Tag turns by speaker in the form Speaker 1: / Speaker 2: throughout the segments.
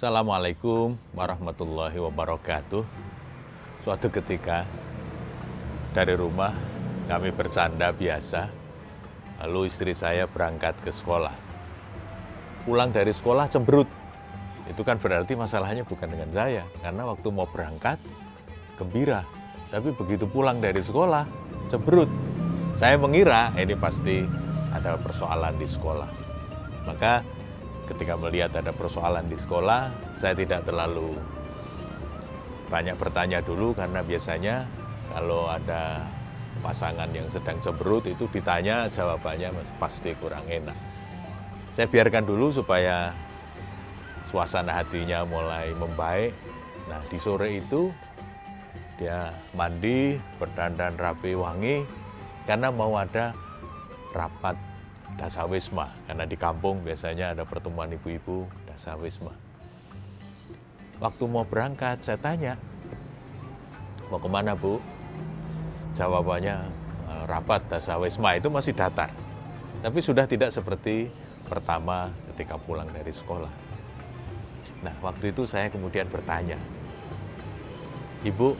Speaker 1: Assalamualaikum warahmatullahi wabarakatuh. Suatu ketika dari rumah kami bercanda biasa, lalu istri saya berangkat ke sekolah. Pulang dari sekolah cemberut. Itu kan berarti masalahnya bukan dengan saya, karena waktu mau berangkat gembira, tapi begitu pulang dari sekolah cemberut. Saya mengira ini pasti ada persoalan di sekolah. Maka ketika melihat ada persoalan di sekolah, saya tidak terlalu banyak bertanya dulu, karena biasanya kalau ada pasangan yang sedang cemberut itu ditanya, jawabannya pasti kurang enak. Saya biarkan dulu supaya suasana hatinya mulai membaik. Nah, di sore itu dia mandi, berdandan rapi wangi, karena mau ada rapat dasawisma, karena di kampung biasanya ada pertemuan ibu-ibu dasawisma. Waktu mau berangkat, saya tanya, mau kemana Bu? Jawabannya rapat dasawisma. Itu masih datar, tapi sudah tidak seperti pertama ketika pulang dari sekolah. Nah, waktu itu saya kemudian bertanya, Ibu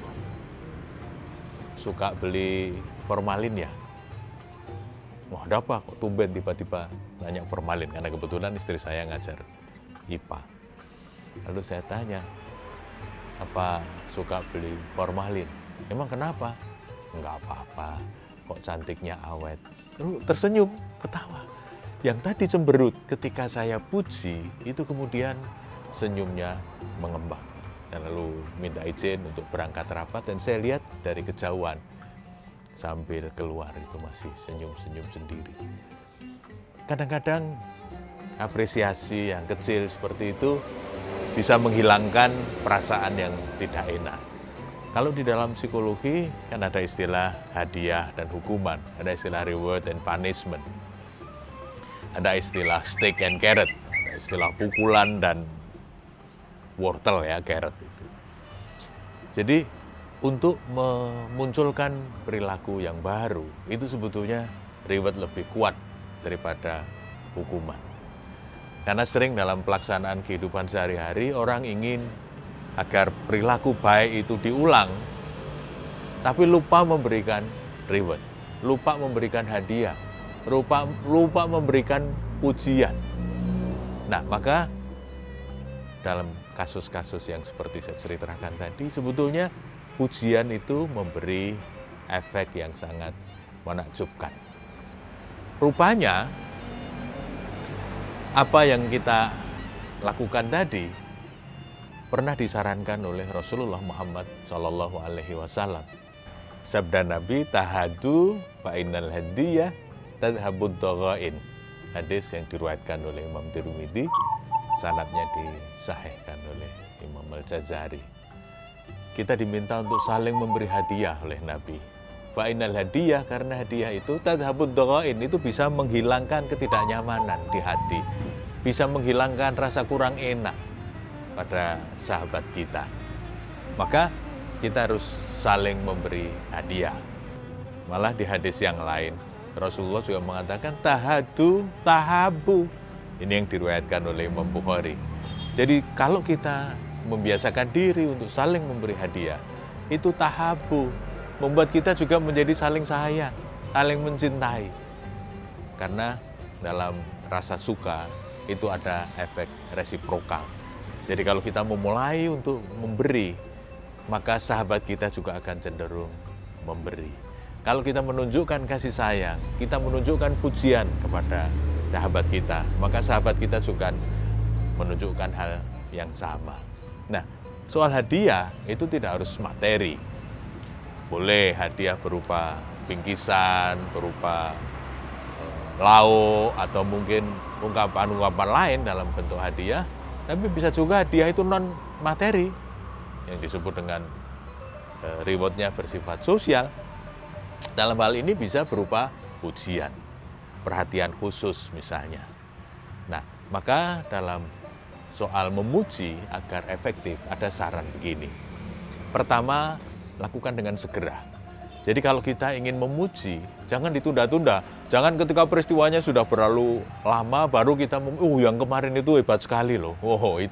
Speaker 1: suka beli formalin ya? Wah, ada apa kok tumben tiba-tiba nanya formalin, karena kebetulan istri saya ngajar IPA. Lalu saya tanya, apa suka beli formalin? Emang kenapa? Enggak apa-apa, kok cantiknya awet. Lalu tersenyum, ketawa. Yang tadi cemberut, ketika saya puji, itu kemudian senyumnya mengembang. Dan lalu minta izin untuk berangkat rapat, dan saya lihat dari kejauhan, sambil keluar itu masih senyum-senyum sendiri. Kadang-kadang apresiasi yang kecil seperti itu bisa menghilangkan perasaan yang tidak enak. Kalau di dalam psikologi kan ada istilah hadiah dan hukuman, ada istilah reward and punishment, ada istilah stick and carrot, ada istilah pukulan dan wortel ya, carrot itu. Jadi untuk memunculkan perilaku yang baru, itu sebetulnya reward lebih kuat daripada hukuman. Karena sering dalam pelaksanaan kehidupan sehari-hari, orang ingin agar perilaku baik itu diulang, tapi lupa memberikan reward, lupa memberikan hadiah, lupa memberikan pujian. Nah, maka dalam kasus-kasus yang seperti saya ceritakan tadi, sebetulnya pujian itu memberi efek yang sangat menakjubkan. Rupanya, apa yang kita lakukan tadi pernah disarankan oleh Rasulullah Muhammad SAW. Sabda Nabi, tahadu fa innal hadiyah tadhabud dhaghain. Hadis yang diriwayatkan oleh Imam Tirmidzi, sanadnya disahihkan oleh Imam Al-Jazari. Kita diminta untuk saling memberi hadiah oleh Nabi. Fa'inal hadiah, karena hadiah itu tadhabud dhaghain, itu bisa menghilangkan ketidaknyamanan di hati, bisa menghilangkan rasa kurang enak pada sahabat kita. Maka kita harus saling memberi hadiah. Malah di hadis yang lain, Rasulullah juga mengatakan tahadu tahabu. Ini yang diriwayatkan oleh Imam Bukhari. Jadi kalau kita membiasakan diri untuk saling memberi hadiah, itu tahabu, membuat kita juga menjadi saling sayang, saling mencintai. Karena dalam rasa suka itu ada efek resiprokal. Jadi kalau kita memulai untuk memberi, maka sahabat kita juga akan cenderung memberi. Kalau kita menunjukkan kasih sayang, kita menunjukkan pujian kepada sahabat kita, maka sahabat kita juga menunjukkan hal yang sama. Nah, soal hadiah itu tidak harus materi. Boleh hadiah berupa bingkisan, berupa lauk, atau mungkin ungkapan-ungkapan lain dalam bentuk hadiah. Tapi bisa juga hadiah itu non materi, yang disebut dengan rewardnya bersifat sosial. Dalam hal ini bisa berupa pujian, perhatian khusus misalnya. Nah, maka dalam soal memuji agar efektif, ada saran begini. Pertama, lakukan dengan segera. Jadi kalau kita ingin memuji, jangan ditunda-tunda. Jangan ketika peristiwanya sudah berlalu lama, baru kita yang kemarin itu hebat sekali loh. Oh, itu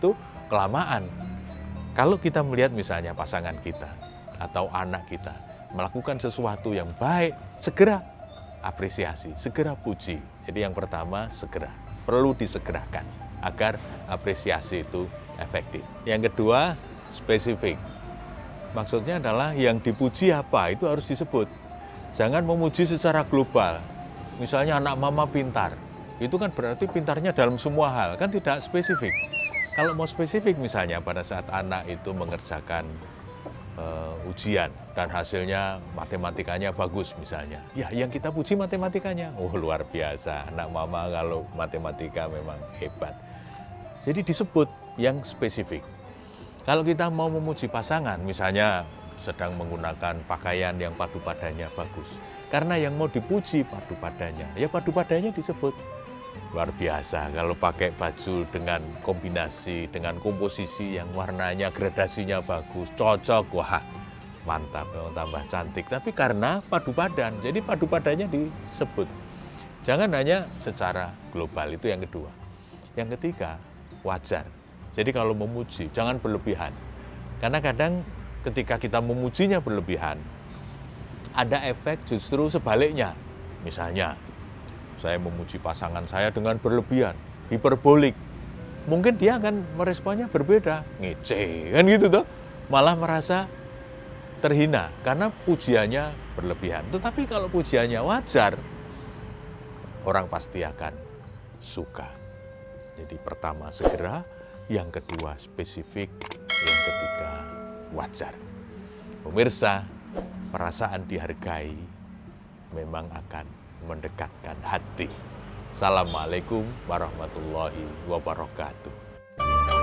Speaker 1: kelamaan. Kalau kita melihat misalnya pasangan kita atau anak kita melakukan sesuatu yang baik, segera apresiasi, segera puji. Jadi yang pertama, segera. Perlu disegerakan agar apresiasi itu efektif. Yang kedua, spesifik. Maksudnya adalah yang dipuji apa, itu harus disebut. Jangan memuji secara global. Misalnya anak mama pintar, itu kan berarti pintarnya dalam semua hal, kan tidak spesifik. Kalau mau spesifik misalnya pada saat anak itu mengerjakan ujian dan hasilnya matematikanya bagus misalnya. Ya, yang kita puji matematikanya. Oh, luar biasa. Anak mama kalau matematika memang hebat. Jadi disebut yang spesifik. Kalau kita mau memuji pasangan, misalnya sedang menggunakan pakaian yang padu padanya bagus. Karena yang mau dipuji padu padanya, ya padu padanya disebut. Luar biasa kalau pakai baju dengan kombinasi, dengan komposisi yang warnanya, gradasinya bagus, cocok, wah mantap, tambah cantik. Tapi karena padu padan, jadi padu padannya disebut. Jangan hanya secara global, itu yang kedua. Yang ketiga, wajar. Jadi kalau memuji, jangan berlebihan. Karena kadang ketika kita memujinya berlebihan, ada efek justru sebaliknya. Misalnya, saya memuji pasangan saya dengan berlebihan, hiperbolik. Mungkin dia akan meresponnya berbeda, ngece, kan gitu tuh. Malah merasa terhina karena pujiannya berlebihan. Tetapi kalau pujiannya wajar, orang pasti akan suka. Jadi pertama segera, yang kedua spesifik, yang ketiga wajar. Pemirsa, perasaan dihargai memang akan mendekatkan hati. Assalamualaikum warahmatullahi wabarakatuh.